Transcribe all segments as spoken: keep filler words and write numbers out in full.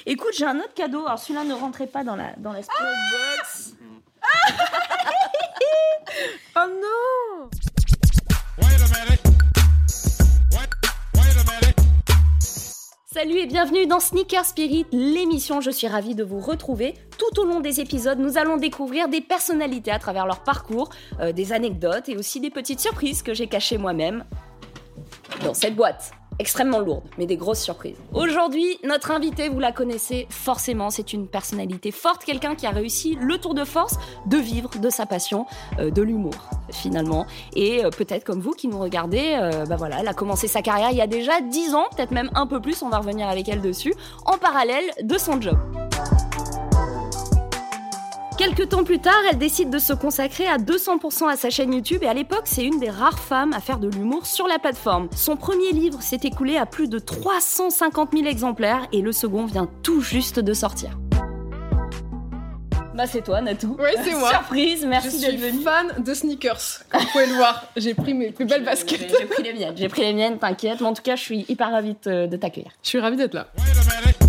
Écoute, j'ai un autre cadeau. Alors celui-là ne rentrait pas dans la dans la spirit box. Oh non! Wait a minute. Wait, wait a minute. Salut et bienvenue dans Sneaker Spirit, l'émission. Je suis ravie de vous retrouver. Tout au long des épisodes, nous allons découvrir des personnalités à travers leur parcours, euh, des anecdotes et aussi des petites surprises que j'ai cachées moi-même dans cette boîte. Extrêmement lourde, mais des grosses surprises. Aujourd'hui, notre invitée, vous la connaissez forcément, c'est une personnalité forte, quelqu'un qui a réussi le tour de force de vivre de sa passion, euh, de l'humour, finalement. Et euh, peut-être comme vous qui nous regardez, euh, bah voilà, elle a commencé sa carrière il y a déjà dix ans, peut-être même un peu plus, on va revenir avec elle dessus, en parallèle de son job. Quelques temps plus tard, elle décide de se consacrer à deux cents pour cent à sa chaîne YouTube et à l'époque, c'est une des rares femmes à faire de l'humour sur la plateforme. Son premier livre s'est écoulé à plus de trois cent cinquante mille exemplaires et le second vient tout juste de sortir. Bah c'est toi, Natou. Oui, c'est moi. Surprise, merci Je d'être suis venue. fan de sneakers, comme vous pouvez le voir. J'ai pris mes plus belles baskets. J'ai, j'ai pris les miennes, j'ai pris les miennes, t'inquiète. Mais en tout cas, je suis hyper ravie de, de t'accueillir. Je suis ravie d'être là. Wait a minute.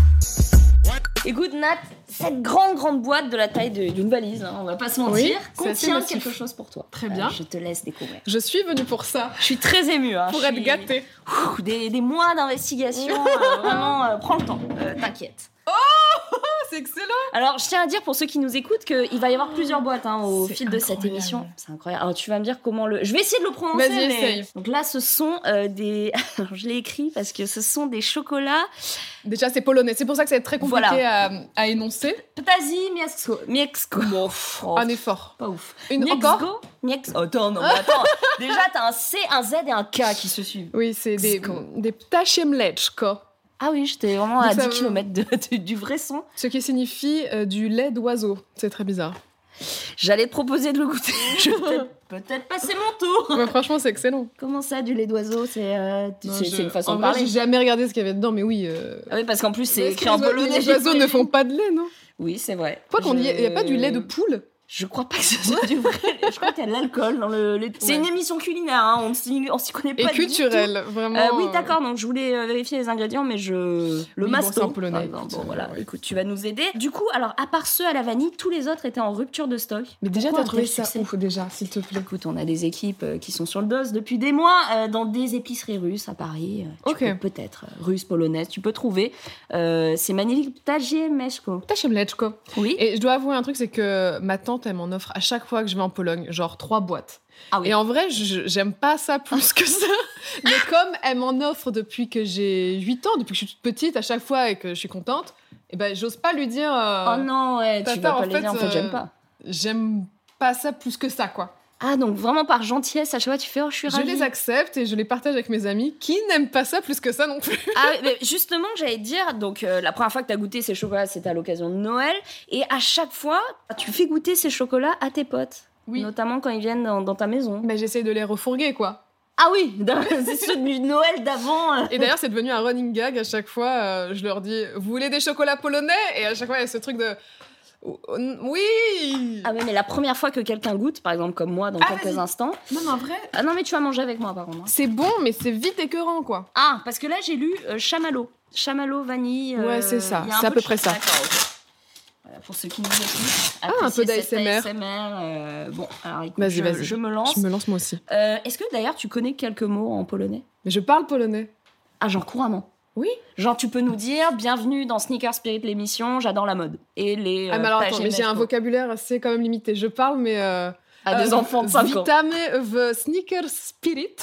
Écoute, Nat, cette grande, grande boîte de la taille de- d'une valise, hein, on va pas se mentir, Oui, c'est assez contient massif. quelque chose pour toi. Très bien. Euh, je te laisse découvrir. Je suis venue pour ça, Je suis très émue. Hein, pour je être suis- gâtée. Ouh, des, des mois d'investigation, euh, vraiment, euh, prends le temps, euh, t'inquiète. Oh, c'est excellent. Alors, je tiens à dire pour ceux qui nous écoutent qu'il va y avoir plusieurs boîtes hein, au C'est fil de cette incroyable. émission. C'est incroyable. Alors, tu vas me dire comment le. Je vais essayer de le prononcer. Vas-y, mais... essaye. Donc là, ce sont euh, des. Alors, je l'ai écrit parce que ce sont des chocolats. Déjà, c'est polonais. C'est pour ça que c'est très compliqué Voilà. à, à énoncer. Ptazi Miexko. Miexko. Bon, oh, Un effort. pas ouf. Une Miexko. encore Miexko. Attends, non, mais attends. Déjà, t'as un C, un Z et un K qui se suivent. Oui, c'est des, Xko. des ptaszemleczko, Ah oui, j'étais vraiment à Donc ça dix va. kilomètres de, de- du vrai son. ce qui signifie euh, du lait d'oiseau. C'est très bizarre. J'allais te proposer de le goûter. Je vais peut-être, peut-être passer mon tour. Mais franchement, c'est excellent. Comment ça, du lait d'oiseau? C'est, euh, tu- Non, c'est, je- c'est une façon en de vrai, parler. j'ai jamais regardé ce qu'il y avait dedans, mais oui. euh, Ah oui, parce qu'en plus, c'est est-ce écrit que en les, oiseaux- polonais. les oiseaux ne font pas de lait, non? Oui, c'est vrai. Quoi qu'on Je- y ait- il n'y a pas du lait de poule? Je crois pas que ce soit du vrai. Je crois qu'il y a de l'alcool dans le lait. C'est Ouais. une émission culinaire, hein. on, s'y, on s'y connaît pas Et du tout. culturel, vraiment. Euh, oui, d'accord, donc je voulais euh, vérifier les ingrédients, mais je. Le Oui, bon, masto. c'est en polonais, par exemple. écoute, Bon, euh, voilà, ouais. écoute, tu vas nous aider. Du coup, alors, à part ceux à la vanille, tous les autres étaient en rupture de stock. Mais déjà, Pourquoi t'as trouvé un tel ça succès ouf, déjà, s'il te plaît. Écoute, on a des équipes euh, qui sont sur le dos depuis des mois euh, dans des épiceries russes à Paris. Euh, tu Ok. peux peut-être, euh, russes, polonaises, tu peux trouver. Euh, c'est magnifique. Ptaziemeczko. Ptaszemleczko. Oui. Et je dois avouer un truc, c'est que ma tante, elle m'en offre à chaque fois que je vais en Pologne, genre trois boîtes. Ah oui. Et en vrai, je- j'aime pas ça plus que ça. Mais comme elle m'en offre depuis que j'ai huit ans, depuis que je suis toute petite, à chaque fois et que je suis contente, et ben j'ose pas lui dire. euh, Oh non, ouais, tu Tata, vas pas en les fait, dire. En fait, euh, j'aime pas. J'aime pas ça plus que ça, quoi. Ah, donc vraiment par gentillesse, à chaque fois, tu fais, oh, je suis Je ravie. les accepte et je les partage avec mes amis qui n'aiment pas ça plus que ça non plus. Ah, mais justement, j'allais te dire, donc euh, la première fois que tu as goûté ces chocolats, c'était à l'occasion de Noël. Et à chaque fois, tu fais goûter ces chocolats à tes potes. Oui. Notamment quand ils viennent dans, dans ta maison. Mais j'essaye de les refourguer, quoi. Ah oui, c'est ceux du Noël d'avant. euh. Et d'ailleurs, c'est devenu un running gag. À chaque fois, euh, je leur dis « Vous voulez des chocolats polonais ?» Et à chaque fois, il y a ce truc de « Oui !» Ah oui, mais la première fois que quelqu'un goûte, par exemple comme moi, dans Ah, quelques vas-y. instants. Non, mais en vrai, Ah non, mais tu vas manger avec moi, par contre. hein. c'est bon, mais c'est vite écœurant, quoi. Ah, parce que là, j'ai lu euh, chamallow. Chamallow, vanille. euh, Ouais, c'est ça. il y a un C'est à de peu ch- près ça. D'accord, ok. Voilà, pour ceux qui nous écoutent. Ah, un peu appréciez cet d'A S M R. A S M R, euh, bon, alors écoute, Vas-y, je, vas-y. je me lance. Je me lance moi aussi. Euh, Est-ce que d'ailleurs tu connais quelques mots en polonais? Mais je parle polonais. Ah, genre couramment. Oui. Genre tu peux nous dire bienvenue dans Sneaker Spirit l'émission, j'adore la mode. Et les. Ah, mais euh, alors pages attends, mais j'ai un Meshko. vocabulaire assez quand même limité. Je parle, mais... Euh, À des euh, enfants de cinq ans. Witamy w sneaker spirit.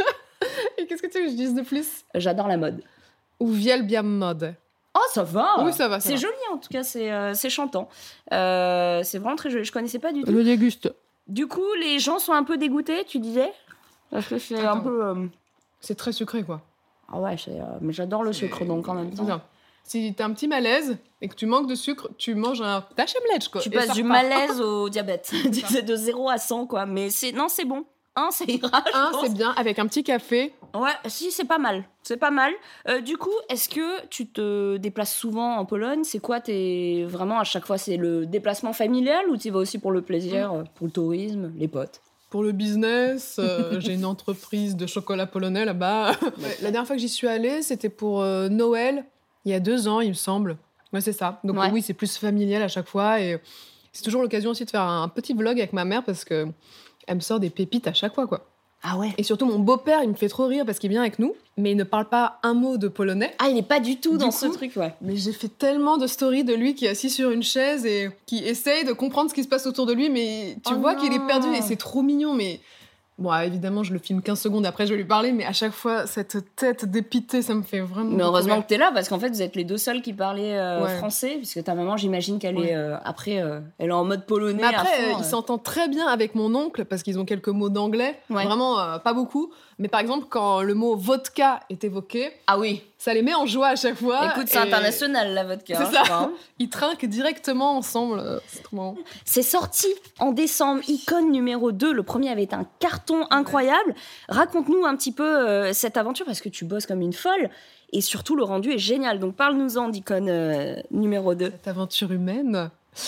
Et qu'est-ce que tu veux que je dise de plus? J'adore la mode. Uwielbiam mode. Oh, ça va. Oui, ça va, ça C'est va. joli en tout cas, c'est euh, c'est chantant. Euh, c'est vraiment très joli. Je connaissais pas du tout. Le déguste. Du coup, les gens sont un peu dégoûtés, tu disais? Parce que c'est un Attends. peu. euh, C'est très sucré, quoi. Ah ouais, c'est, euh, mais j'adore le sucre donc en même C'est temps. bien. Si t'as un petit malaise et que tu manques de sucre, tu manges un ptaszemleczko. Tu et passes ça du repart. malaise au diabète. C'est de zéro à cent quoi. Mais c'est non, c'est bon. Un, c'est ira. je Un, pense. c'est bien, avec un petit café. Ouais, si, c'est pas mal. C'est pas mal. Euh, du coup, est-ce que tu te déplaces souvent en Pologne? C'est quoi tes... Vraiment, à chaque fois, c'est le déplacement familial ou tu y vas aussi pour le plaisir, euh, pour le tourisme, les potes? Pour le business, euh, j'ai une entreprise de chocolat polonais là-bas. Ouais, la dernière fois que j'y suis allée, c'était pour euh, Noël, il y a deux ans, il me semble. Ouais, c'est ça. Donc Ouais. oui, c'est plus familial à chaque fois. Et c'est toujours l'occasion aussi de faire un petit vlog avec ma mère parce que elle me sort des pépites à chaque fois, quoi. Ah ouais. Et surtout, mon beau-père, il me fait trop rire parce qu'il vient avec nous, mais il ne parle pas un mot de polonais. Ah, il est pas du tout Du dans coup, ce truc, ouais. Mais j'ai fait tellement de stories de lui qui est assis sur une chaise et qui essaye de comprendre ce qui se passe autour de lui, mais tu Oh vois non. qu'il est perdu et c'est trop mignon, mais... Bon, ah, évidemment, je le filme quinze secondes après, je vais lui parler, mais à chaque fois, cette tête dépitée, ça me fait vraiment... Mais beaucoup heureusement rire. que t'es là, parce qu'en fait, vous êtes les deux seuls qui parlaient euh, Ouais. français, puisque ta maman, j'imagine qu'elle Ouais. est... euh, après, euh, elle est en mode polonais Mais après, à fond, euh, euh. il s'entend très bien avec mon oncle, parce qu'ils ont quelques mots d'anglais, Ouais. vraiment euh, pas beaucoup. Mais par exemple, quand le mot vodka est évoqué, Ah oui. ça les met en joie à chaque fois. Écoute, c'est et international, la vodka. C'est hein, ça. je crois, hein. Ils trinquent directement ensemble. euh, C'est trop marrant. C'est sorti en décembre, Icône numéro deux. Le premier avait été un carton incroyable. Raconte-nous un petit peu euh, cette aventure, parce que tu bosses comme une folle. Et surtout, le rendu est génial. Donc, parle-nous-en d'Icône euh, numéro deux. Cette aventure humaine.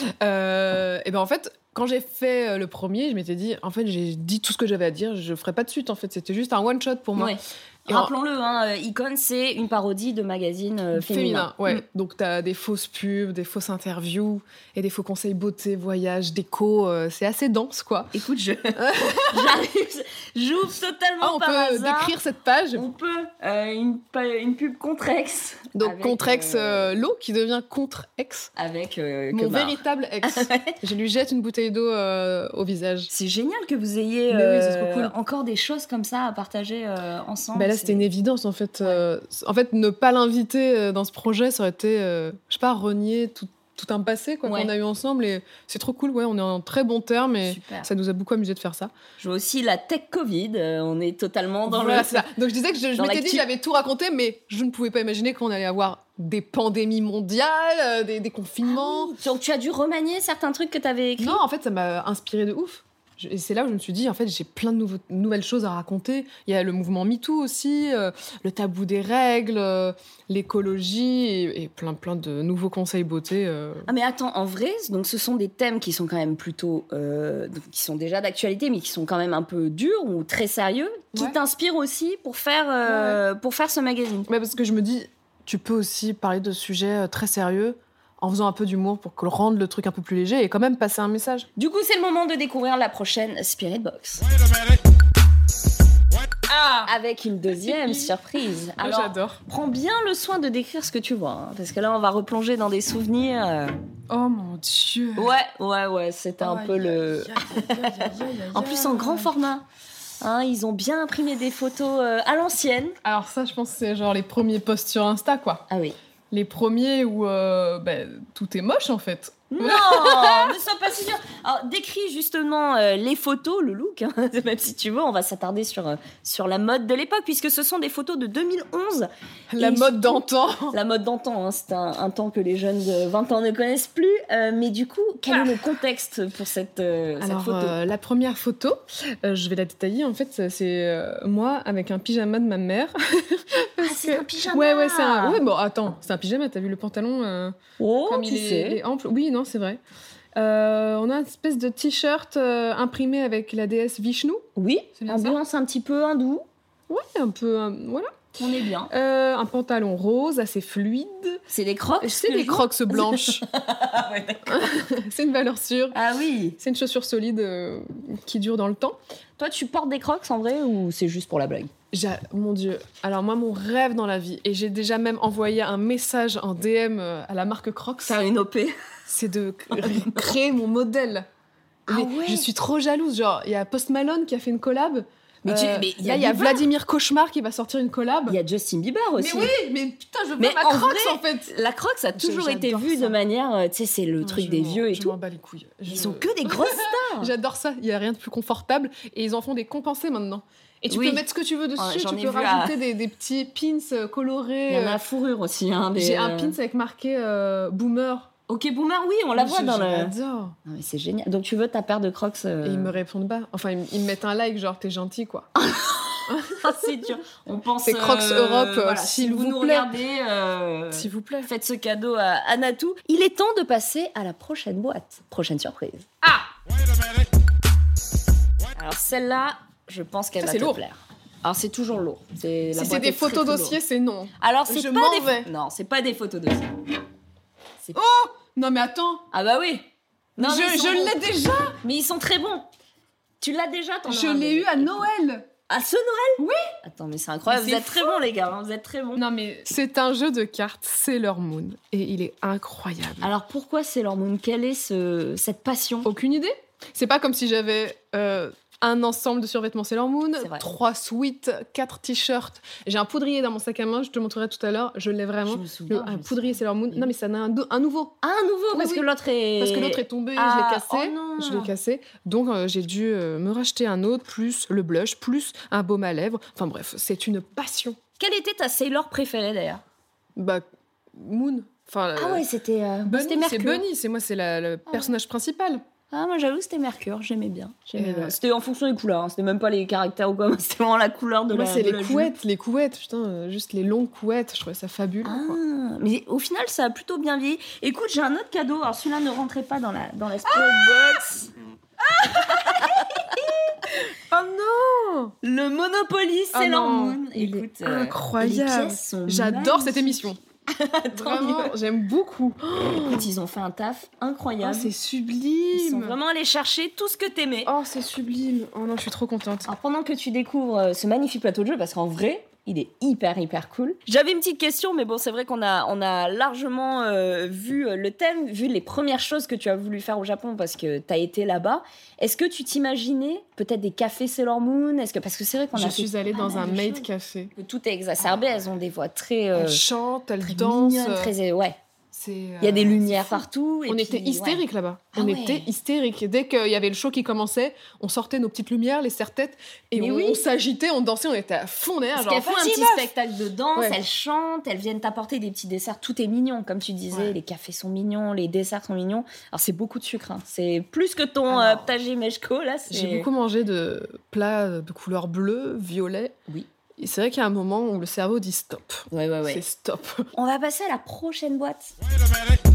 Euh, et ben en fait, quand j'ai fait euh, le premier, je m'étais dit, en fait, j'ai dit tout ce que j'avais à dire, je ferai pas de suite. En fait, c'était juste un one shot pour moi. Ouais. Et en- Rappelons-le, hein, euh, Icône, c'est une parodie de magazine euh, féminin. ouais. Mm. Donc t'as des fausses pubs, des fausses interviews et des faux conseils beauté, voyage, déco. euh, c'est assez dense, quoi. Écoute, je... j'arrive, j'ouvre totalement Ah, on par peut hasard. décrire cette page. On peut. Euh, une, pa- une pub Contrex. Donc avec, Contrex euh, euh, l'eau qui devient Contre-ex. Avec euh, Mon Kemar. véritable ex. Je lui jette une bouteille d'eau euh, au visage. C'est génial que vous ayez Mais oui, c'est euh, trop cool. encore des choses comme ça à partager euh, ensemble. Bah là, C'est- c'était une évidence en fait. Euh, en fait, ne pas l'inviter euh, dans ce projet, ça aurait été, euh, je sais pas, renier tout, tout un passé quoi, Ouais. qu'on a eu ensemble. Et c'est trop cool, ouais, on est en très bons termes et Super. ça nous a beaucoup amusé de faire ça. Je vois aussi la tech Covid. euh, on est totalement dans Voilà, le. c'est ça. Donc je disais que je, je dans m'étais dit l'actu. que j'avais tout raconté, mais je ne pouvais pas imaginer qu'on allait avoir des pandémies mondiales, euh, des, des confinements. Donc tu as dû remanier certains trucs que tu avais écrits. Non, en fait, ça m'a inspiré de ouf. Je- Et c'est là où je me suis dit, en fait, j'ai plein de nouveaux- nouvelles choses à raconter. Il y a le mouvement MeToo aussi, euh, le tabou des règles, euh, l'écologie et, et plein, plein de nouveaux conseils beauté. euh. Ah mais attends, en vrai, donc ce sont des thèmes qui sont quand même plutôt, euh, donc, qui sont déjà d'actualité, mais qui sont quand même un peu durs ou très sérieux, qui Ouais. t'inspirent aussi pour faire, euh, pour faire ce magazine. Ouais, parce que je me dis, tu peux aussi parler de sujets euh, très sérieux en faisant un peu d'humour pour que rendre le truc un peu plus léger et quand même passer un message. Du coup, c'est le moment de découvrir la prochaine Spirit Box. Wait a minute. Ah Avec une deuxième surprise. Alors, J'adore. prends bien le soin de décrire ce que tu vois, hein, parce que là, on va replonger dans des souvenirs. euh. Oh mon Dieu. Ouais, ouais, ouais, c'était un peu le... En plus, en grand format. Hein, ils ont bien imprimé des photos euh, à l'ancienne. Alors ça, je pense que c'est genre les premiers posts sur Insta, quoi. Ah oui. Les premiers où euh, bah, tout est moche, en fait. Non, ne sois pas si dur. Alors, décris justement euh, les photos, le look, hein, même si tu veux, on va s'attarder sur, euh, sur la mode de l'époque, puisque ce sont des photos de deux mille onze. La Et mode surtout- d'antan. La mode d'antan, hein, c'est un, un temps que les jeunes de vingt ans ne connaissent plus. Euh, mais du coup, quel est le contexte pour cette, euh, cette Alors, photo euh, la première photo, euh, je vais la détailler. En fait, c'est euh, moi avec un pyjama de ma mère. Ah, Parce c'est que- un pyjama. Ouais, ouais, c'est un. Ouais, bon, attends, c'est un pyjama. T'as vu le pantalon euh, Oh, comme tu il est, sais. il est ample. Oui, non, c'est vrai. Euh, on a une espèce de t-shirt euh, imprimé avec la déesse Vishnu. Oui, C'est bien ça. ambiance un petit peu hindou. Ouais, un peu. euh, voilà. On est bien. Euh, un pantalon rose, assez fluide. C'est des crocs. C'est que des je vois crocs blanches. Ah, ouais, d'accord. C'est une valeur sûre. Ah oui. C'est une chaussure solide euh, qui dure dans le temps. Toi, tu portes des crocs en vrai ou c'est juste pour la blague? J'a- Mon Dieu. Alors moi, mon rêve dans la vie, et j'ai déjà même envoyé un message en D M euh, à la marque Crocs, Faire une O P. c'est de c- créer mon modèle. Ah Mais ouais. Je suis trop jalouse. Genre, il y a Post Malone qui a fait une collab. Mais tu- Euh, mais il y là, a il y a Bieber. Vladimir Cauchemar qui va sortir une collab. Il y a Justin Bieber Mais aussi. oui, mais putain, je veux Mais pas ma en Crocs vrai, en fait. La crocs a toujours été j'adore vue ça. de manière, euh, tu sais, c'est le Non, truc je des m'en- vieux et je tout. m'en bats les couilles. Ils Je- sont que des grosses stars. J'adore ça. Il y a rien de plus confortable et ils en font des compensés maintenant. Et tu Oui. peux mettre ce que tu veux dessus. Ouais, j'en tu ai peux vu à- rajouter des, des petits pins euh, colorés. Il y en a euh, à fourrure aussi. Hein, des, J'ai un euh, pins avec marqué euh, Boomer. Ok, Boomer, oui, on la voit Je- dans je le. l'adore. Non, mais c'est génial. Donc tu veux ta paire de crocs euh, Et ils me répondent pas. Enfin, ils, me- ils me mettent un like, genre t'es gentil quoi. Ah, c'est dur. On pense. C'est Crocs Europe, euh, voilà, s'il si vous, vous nous plaît. regardez, euh, S'il vous plaît. faites ce cadeau à Anatou. Il est temps de passer à la prochaine boîte. Prochaine surprise. Wait a minute. Alors celle-là, je pense qu'elle Ça, va c'est te lourd. plaire. Alors c'est toujours lourd. C'est la Si c'est boîte des est très, photos très dossiers, lourde. c'est non. Alors c'est Je pas m'en des vais. non, c'est pas des photos dossiers. C'est- Non mais attends, Ah bah oui. Non, je, mais ils sont je bons. l'ai déjà. Mais ils sont très bons. Tu l'as déjà, t'en Je auras l'ai des- eu à Noël. À ce Noël? Oui. Attends, mais c'est incroyable. Mais Vous c'est êtes très bons, les gars. hein, Vous êtes très bons. Non mais c'est un jeu de cartes Sailor Moon et il est incroyable. Alors pourquoi Sailor Moon? Quelle est ce... cette passion? Aucune idée. C'est pas comme si j'avais euh, un ensemble de survêtements Sailor Moon, C'est vrai. trois sweats, quatre t-shirts. J'ai un poudrier dans mon sac à main, je te montrerai tout à l'heure. Je l'ai vraiment. Je me souviens. Le- un je me poudrier souviens. Sailor Moon. Oui. Non mais ça en a un, do- un nouveau. Ah, un nouveau, Oui, parce oui. que l'autre est... Parce que l'autre est tombé, Ah, je l'ai cassé. oh non. Je l'ai cassé. Donc euh, j'ai dû euh, me racheter un autre, plus le blush, plus un baume à lèvres. Enfin bref, c'est une passion. Quelle était ta Sailor préférée, d'ailleurs? Bah, Moon. Enfin, Ah euh, ouais, c'était euh, Bunny, c'était c'est Mercure. Bunny, c'est moi, c'est la- le Ah. personnage principal. Ah, moi, j'avoue, c'était Mercure. J'aimais bien. J'aimais Euh, bien. C'était en fonction des couleurs. hein. C'était même pas les caractères ou quoi. C'était vraiment la couleur de Moi, la c'est de les la jupe. couettes, les couettes, putain, euh, juste les longues couettes, je trouvais ça fabuleux. quoi. Ah, mais au final, ça a plutôt bien vieilli. Écoute, j'ai un autre cadeau. Alors, celui-là ne rentrait pas dans la, dans la Spirit Box. Oh non Le Monopoly Ah Sailor non, Moon. il est Écoute, euh, incroyable. les pièces sont J'adore cette magnifiques. émission. Tant Vraiment, mieux. j'aime beaucoup. Écoute, ils ont fait un taf Oh, incroyable. c'est Ils sont sublime. vraiment allés chercher tout ce que t'aimais. Oh, c'est sublime. Oh non, je suis trop contente. Alors pendant que tu découvres euh, ce magnifique plateau de jeu, parce qu'en vrai, il est hyper hyper cool. J'avais une petite question, mais bon, c'est vrai qu'on a, on a largement euh, vu euh, le thème, vu les premières choses que tu as voulu faire au Japon parce que tu as été là-bas. Est-ce que tu t'imaginais peut-être des cafés Sailor Moon? Est-ce que parce que c'est vrai qu'on Je a suis fait allée pas dans mal un de maid choses. café. Tout est exacerbé, elles ont des voix très, euh, Elle chante, elle très danse. mignonnes, très ouais. C'est, Il y a des euh, lumières c'est fou. partout. et On puis, était ouais. hystériques là-bas. Ah on ouais. était hystériques. Dès qu'il y avait le show qui commençait, on sortait nos petites lumières, les serre-têtes, et Mais on, oui. on s'agitait, on dansait, on était à fond derrière. Parce genre, qu'elles font un vas-y, petit meuf. spectacle de danse, Ouais. elles chantent, elles viennent t'apporter des petits desserts. Tout est mignon, comme tu disais. Ouais. Les cafés sont mignons, les desserts sont mignons. Alors, c'est beaucoup de sucre. hein. C'est plus que ton Alors, euh, ptaché meshko, là. c'est- J'ai beaucoup mangé de plats de couleur bleue, violet. Oui. Et c'est vrai qu'il y a un moment où le cerveau dit stop. Ouais, ouais, ouais. C'est stop. On va passer à la prochaine boîte. Wait a minute.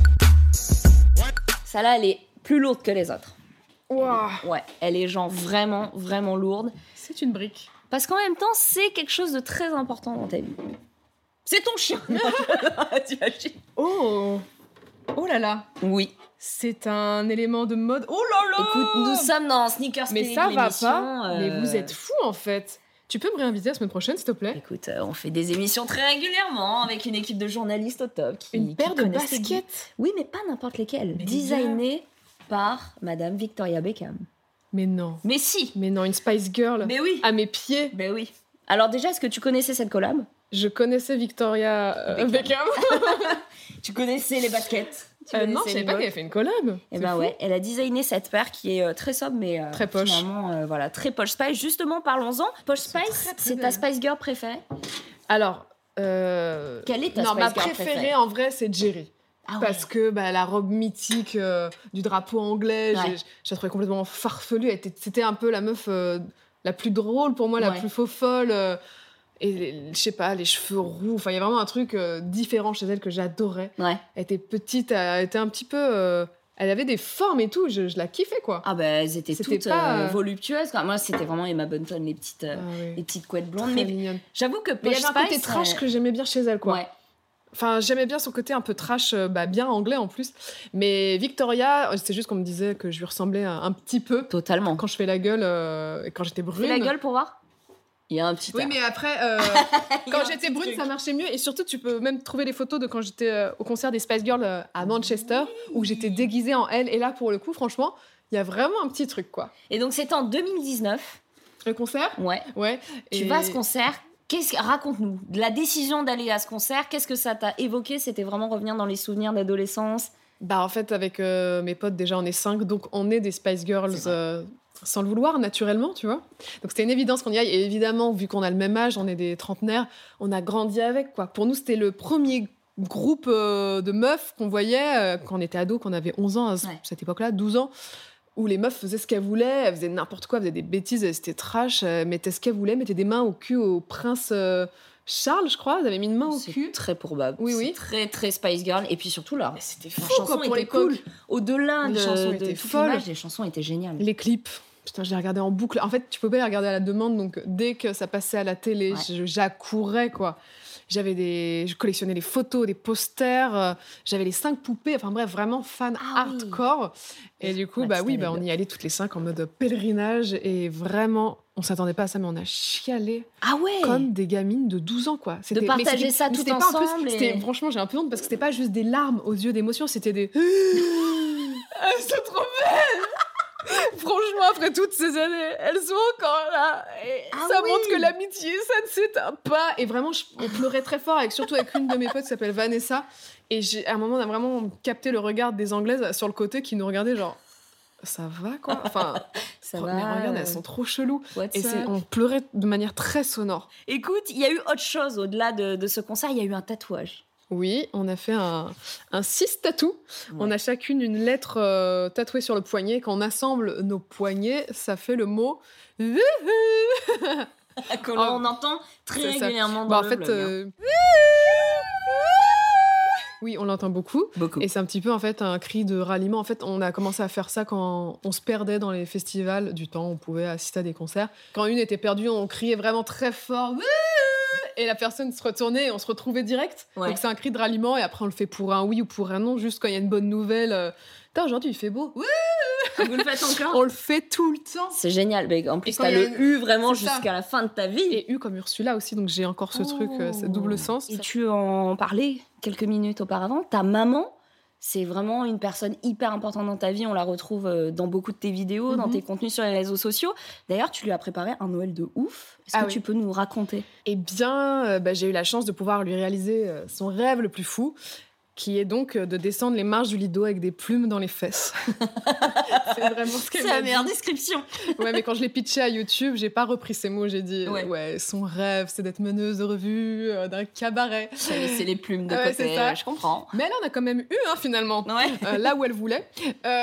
Celle-là, elle est plus lourde que les autres. Waouh. Ouais, elle est genre vraiment, vraiment lourde. C'est une brique. Parce qu'en même temps, c'est quelque chose de très important dans ta vie. C'est ton chien. T'imagines? Oh. Oh là là. Oui. C'est un élément de mode. Oh là là. Écoute, nous sommes dans Sneaker Mais Spirit, ça va l'émission, pas. euh, Mais vous êtes fous en fait. Tu peux me réinviter la semaine prochaine, s'il te plaît? Écoute, euh, on fait des émissions très régulièrement avec une équipe de journalistes au top. Qui, Une qui paire de connaissent les goûts. baskets. Oui, mais pas n'importe lesquelles. Mais Designées par Madame Victoria Beckham. Mais non. Mais si. Mais non, une Spice Girl. Mais oui. À mes pieds. Mais oui. Alors déjà, est-ce que tu connaissais cette collab? Je connaissais Victoria euh, Beckham. Beckham. Tu connaissais les baskets? Tu Euh, connaissais non, je savais les pas bottes? qu'elle avait fait une collab. Eh C'est ben fou. ouais, elle a designé cette paire qui est euh, très sobre mais euh, Très poche. finalement euh, voilà, très poche Spice. Justement, parlons-en. Poche C'est Spice, très, très c'est ta belle. Spice Girl préférée? Alors, euh... Quelle est ta non, Spice ma Girl préférée, préférée? en vrai, c'est Jerry. Ah ouais. Parce que bah, la robe mythique euh, du drapeau anglais, Ouais. j'ai- je la trouvais complètement farfelue. Elle était- C'était un peu la meuf euh, la plus drôle pour moi, la Ouais. plus faux folle. euh, et les- je sais pas, les cheveux roux. Enfin, il y a vraiment un truc euh, différent chez elle que j'adorais. Ouais. Elle était petite, elle était un petit peu. euh, elle avait des formes et tout, je, je la kiffais quoi. Ah bah elles étaient C'était toutes pas, euh, euh, voluptueuses. quoi. Moi, c'était vraiment Emma Bunton, les petites, euh, Ah ouais. les petites couettes blondes. Très Mais mignonne. j'avoue que Mais il y Posh avait un côté Spice, trash euh, que j'aimais bien chez elle quoi. Ouais. Enfin, j'aimais bien son côté un peu trash, euh, bah, bien anglais en plus. Mais Victoria, c'est juste qu'on me disait que je lui ressemblais un, un petit peu Totalement. quand je fais la gueule, euh, et quand j'étais Fais brune. la gueule pour voir. Il y a un petit Oui, air. mais après, euh, Il y a quand un j'étais petit brune, truc. ça marchait mieux. Et surtout, tu peux même trouver les photos de quand j'étais euh, au concert des Spice Girls euh, à Manchester, où j'étais déguisée en elle. Et là, pour le coup, franchement, il y a vraiment un petit truc, quoi. Et donc c'était en deux mille dix-neuf. Le concert, Ouais. ouais. Tu et- vas à ce concert. Qu'est-ce que- Raconte-nous. De la décision d'aller à ce concert, qu'est-ce que ça t'a évoqué? C'était vraiment revenir dans les souvenirs d'adolescence. Bah, en fait, avec euh, mes potes, déjà, on est cinq, donc on est des Spice Girls C'est vrai. euh, sans le vouloir, naturellement, tu vois. Donc c'était une évidence qu'on y aille. Et évidemment, vu qu'on a le même âge, on est des trentenaires, on a grandi avec, quoi. Pour nous, c'était le premier groupe euh, de meufs qu'on voyait euh, quand on était ados, qu'on avait onze ans à ce- Ouais. cette époque-là, douze ans, où les meufs faisaient ce qu'elles voulaient, elles faisaient n'importe quoi, elles faisaient des bêtises, elles- c'était trash, elles mettaient ce qu'elles voulaient, mettaient des mains au cul au prince euh, Charles, je crois, elles avaient mis une main au C'est cul. très probable. Oui, oui. C'est très, très Spice Girl. Et puis surtout, leur, Mais c'était leur fou, chanson quoi, pour était l'époque. cool. Au-delà Les de, chansons de étaient toute folles. l'image, les chansons étaient géniales. Les clips, putain, je les regardais en boucle. En fait, tu peux pas les regarder à la demande, donc dès que ça passait à la télé, Ouais. je- j'accourais, quoi. J'avais des, je collectionnais les photos, des posters. euh, J'avais les cinq poupées. Enfin bref, vraiment fan Ah oui. hardcore. Et du coup, Ouais, bah petite oui, bah, on anecdote. y allait toutes les cinq en mode pèlerinage. Et vraiment, on s'attendait pas à ça, mais on a chialé Ah ouais. comme des gamines de douze ans, quoi. C'était- mais partager c'était- ça mais tout c'était pas en plus- ensemble et- c'était- Franchement, j'ai un peu honte parce que c'était pas juste des larmes aux yeux d'émotion, c'était des. Elles sont trop belles. Franchement, après toutes ces années, elles sont encore là. Et Ah ça oui. montre que l'amitié, ça ne s'éteint pas. Et vraiment, je- on pleurait très fort, avec, surtout avec une de mes potes qui s'appelle Vanessa. Et j'ai, à un moment, on a vraiment capté le regard des Anglaises sur le côté qui nous regardaient genre. Ça va quoi. Enfin, Ça oh, va. mais regarde, euh, elles sont trop cheloues. what's Et c'est, up on pleurait de manière très sonore. Écoute, il y a eu autre chose au-delà de, de ce concert. Il y a eu un tatouage. Oui, on a fait un, un six tatous. Ouais. On a chacune une lettre euh, tatouée sur le poignet. Quand on assemble nos poignets, ça fait le mot. Wouhou. Que Oh, l'on entend très c'est ça. régulièrement Bon, dans en le fait, blog, hein. euh, oui, on l'entend beaucoup. Beaucoup. Et c'est un petit peu en fait un cri de ralliement. En fait, on a commencé à faire ça quand on se perdait dans les festivals du temps. On pouvait assister à des concerts. Quand une était perdue, on criait vraiment très fort. Wouhou. Et la personne se retournait et on se retrouvait direct. Ouais. Donc c'est un cri de ralliement et après on le fait pour un oui ou pour un non, juste quand il y a une bonne nouvelle. euh, Putain, aujourd'hui il fait beau. Wouh. Vous le faites encore On le fait tout le temps. C'est génial. Mais en plus, Et quand t'as il y a le une- U vraiment c'est ça. jusqu'à la fin de ta vie. Et U comme Ursula aussi, donc j'ai encore ce truc, euh, ce double sens. Et tu en parlais quelques minutes auparavant. Ta maman, c'est vraiment une personne hyper importante dans ta vie. On la retrouve euh, dans beaucoup de tes vidéos, dans Mhm. tes contenus sur les réseaux sociaux. D'ailleurs, tu lui as préparé un Noël de ouf. Est-ce Ah que oui. tu peux nous raconter Eh bien, euh, bah, j'ai eu la chance de pouvoir lui réaliser euh, son rêve le plus fou, qui est donc euh, de descendre les marches du Lido avec des plumes dans les fesses. C'est vraiment ce qu'elle C'est m'a la dit. meilleure description. Ouais, mais quand je l'ai pitché à YouTube, j'ai pas repris ces mots. J'ai dit, Ouais. ouais, ouais son rêve, c'est d'être meneuse de revue euh, d'un cabaret. T'as laissé les plumes de Ah ouais, côté. c'est ça. Je comprends. Mais elle en a quand même eu, hein, finalement. Ouais. Euh, là où elle voulait. Euh,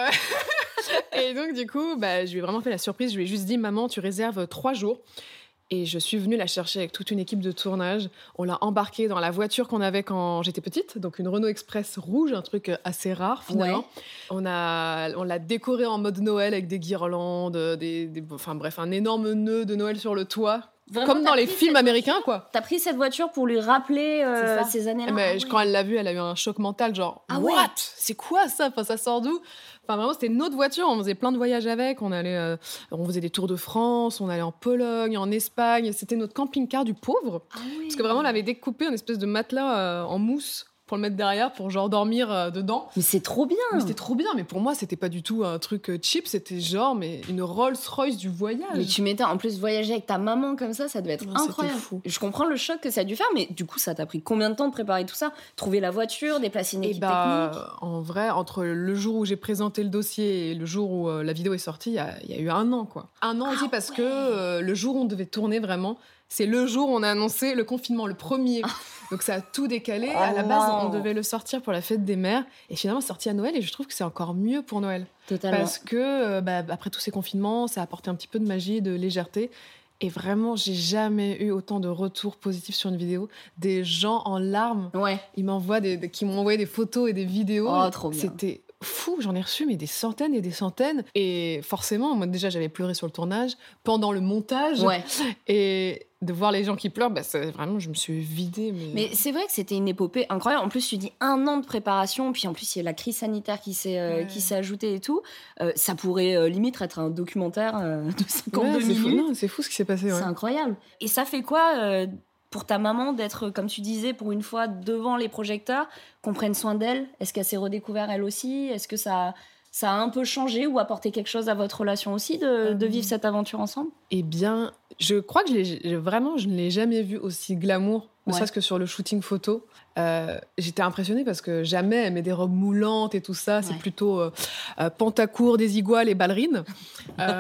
Et donc, du coup, bah, je lui ai vraiment fait la surprise. Je lui ai juste dit, maman, tu réserves trois jours. Et je suis venue la chercher avec toute une équipe de tournage. On l'a embarquée dans la voiture qu'on avait quand j'étais petite, donc une Renault Express rouge, un truc assez rare finalement. Ouais. On a, on l'a décorée en mode Noël avec des guirlandes, des, des- enfin bref, un énorme nœud de Noël sur le toit, Vraiment, comme t'as dans les pris films cette américains, voiture- quoi. T'as pris cette voiture pour lui rappeler euh, C'est ça. ces années-là. Mais Ah je- ouais. quand elle l'a vue, elle a eu un choc mental, genre Ah ouais. what? C'est quoi ça? Enfin, ça sort d'où? Enfin, vraiment, c'était notre voiture. On faisait plein de voyages avec. On allait, euh, on faisait des tours de France. On allait en Pologne, en Espagne. C'était notre camping-car du pauvre. Ah ouais. Parce que vraiment, on l'avait découpé en espèce de matelas euh, en mousse pour le mettre derrière, pour genre dormir euh, dedans. Mais c'est trop bien. Mais c'était trop bien. Mais pour moi, c'était pas du tout un truc euh, cheap. C'était genre, mais une Rolls-Royce du voyage. Mais tu m'étais en plus voyager avec ta maman comme ça, ça devait être Ouais, c'était incroyable. fou. Je comprends le choc que ça a dû faire, mais du coup, ça t'a pris combien de temps de préparer tout ça? Trouver la voiture, déplacer une Et équipe bah, technique. en vrai, entre le jour où j'ai présenté le dossier et le jour où euh, la vidéo est sortie, il y, a- il y a eu un an, quoi. Un an Ah aussi parce ouais. que euh, le jour où on devait tourner vraiment, c'est le jour où on a annoncé le confinement, le premier. Donc ça a tout décalé. Oh à la base, non. on devait le sortir pour la fête des mères. Et finalement, c'est sorti à Noël. Et je trouve que c'est encore mieux pour Noël. Totalement. Parce que, euh, bah, après tous ces confinements, ça a apporté un petit peu de magie, de légèreté. Et vraiment, j'ai jamais eu autant de retours positifs sur une vidéo. Des gens en larmes. Ouais. Ils m'envoient des, des- qui m'ont envoyé des photos et des vidéos. Oh, trop bien. C'était fou. J'en ai reçu mais des centaines et des centaines. Et forcément, moi déjà, j'avais pleuré sur le tournage, pendant le montage. Ouais. Et de voir les gens qui pleurent, bah, c'est vraiment, je me suis vidée. Mais, Mais c'est vrai que c'était une épopée incroyable. En plus, tu dis un an de préparation, puis en plus, il y a la crise sanitaire qui s'est euh, Ouais. qui s'est ajoutée et tout. Euh, ça pourrait euh, limite être un documentaire euh, de cinquante-deux Ouais, c'est fou. minutes. Non, c'est fou ce qui s'est passé. Ouais. C'est incroyable. Et ça fait quoi euh, pour ta maman d'être, comme tu disais, pour une fois devant les projecteurs, qu'on prenne soin d'elle? Est-ce qu'elle s'est redécouverte elle aussi? Est-ce que ça, ça a un peu changé ou apporté quelque chose à votre relation aussi de, de Euh, vivre cette aventure ensemble? Eh bien, je crois que je l'ai- je- vraiment, je ne l'ai jamais vu aussi glamour, ne Ouais. serait-ce que sur le shooting photo. Euh, J'étais impressionnée parce que jamais elle met des robes moulantes et tout ça. C'est Ouais. plutôt euh, euh, pantacourt, des iguales et ballerines. Euh,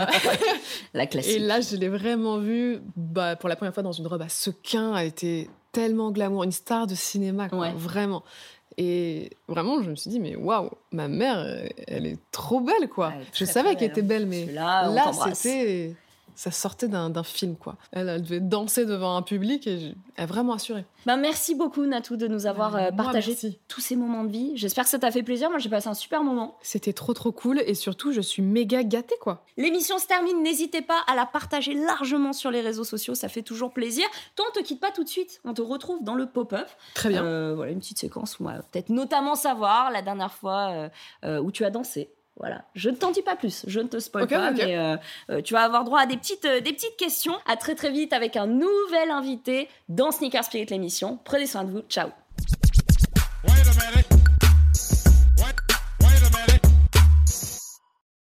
La classique. et là, je l'ai vraiment vue bah, pour la première fois dans une robe à sequins. Elle était tellement glamour, une star de cinéma, quoi, Ouais. vraiment. Et vraiment, je me suis dit, mais waouh, ma mère, elle est trop belle, quoi. Elle est je très, savais très qu'elle belle, était hein. belle, mais Parce que là, on là, t'embrasse. c'était ça sortait d'un, d'un film, quoi. Elle, elle devait danser devant un public et je- elle a vraiment assuré. Bah, merci beaucoup, Natou, de nous avoir euh, Moi, partagé merci. tous ces moments de vie. J'espère que ça t'a fait plaisir. Moi, j'ai passé un super moment. C'était trop trop cool et surtout, je suis méga gâtée, quoi. L'émission se termine. N'hésitez pas à la partager largement sur les réseaux sociaux. Ça fait toujours plaisir. Toi, on te quitte pas tout de suite. On te retrouve dans le pop-up. Très bien. Euh, voilà, une petite séquence où on va peut-être notamment savoir la dernière fois euh, euh, où tu as dansé. Voilà, je ne t'en dis pas plus, je ne te spoil Ok, pas, ok. mais euh, euh, tu vas avoir droit à des petites, euh, des petites questions. À très très vite avec un nouvel invité dans Sneaker Spirit l'émission. Prenez soin de vous, ciao.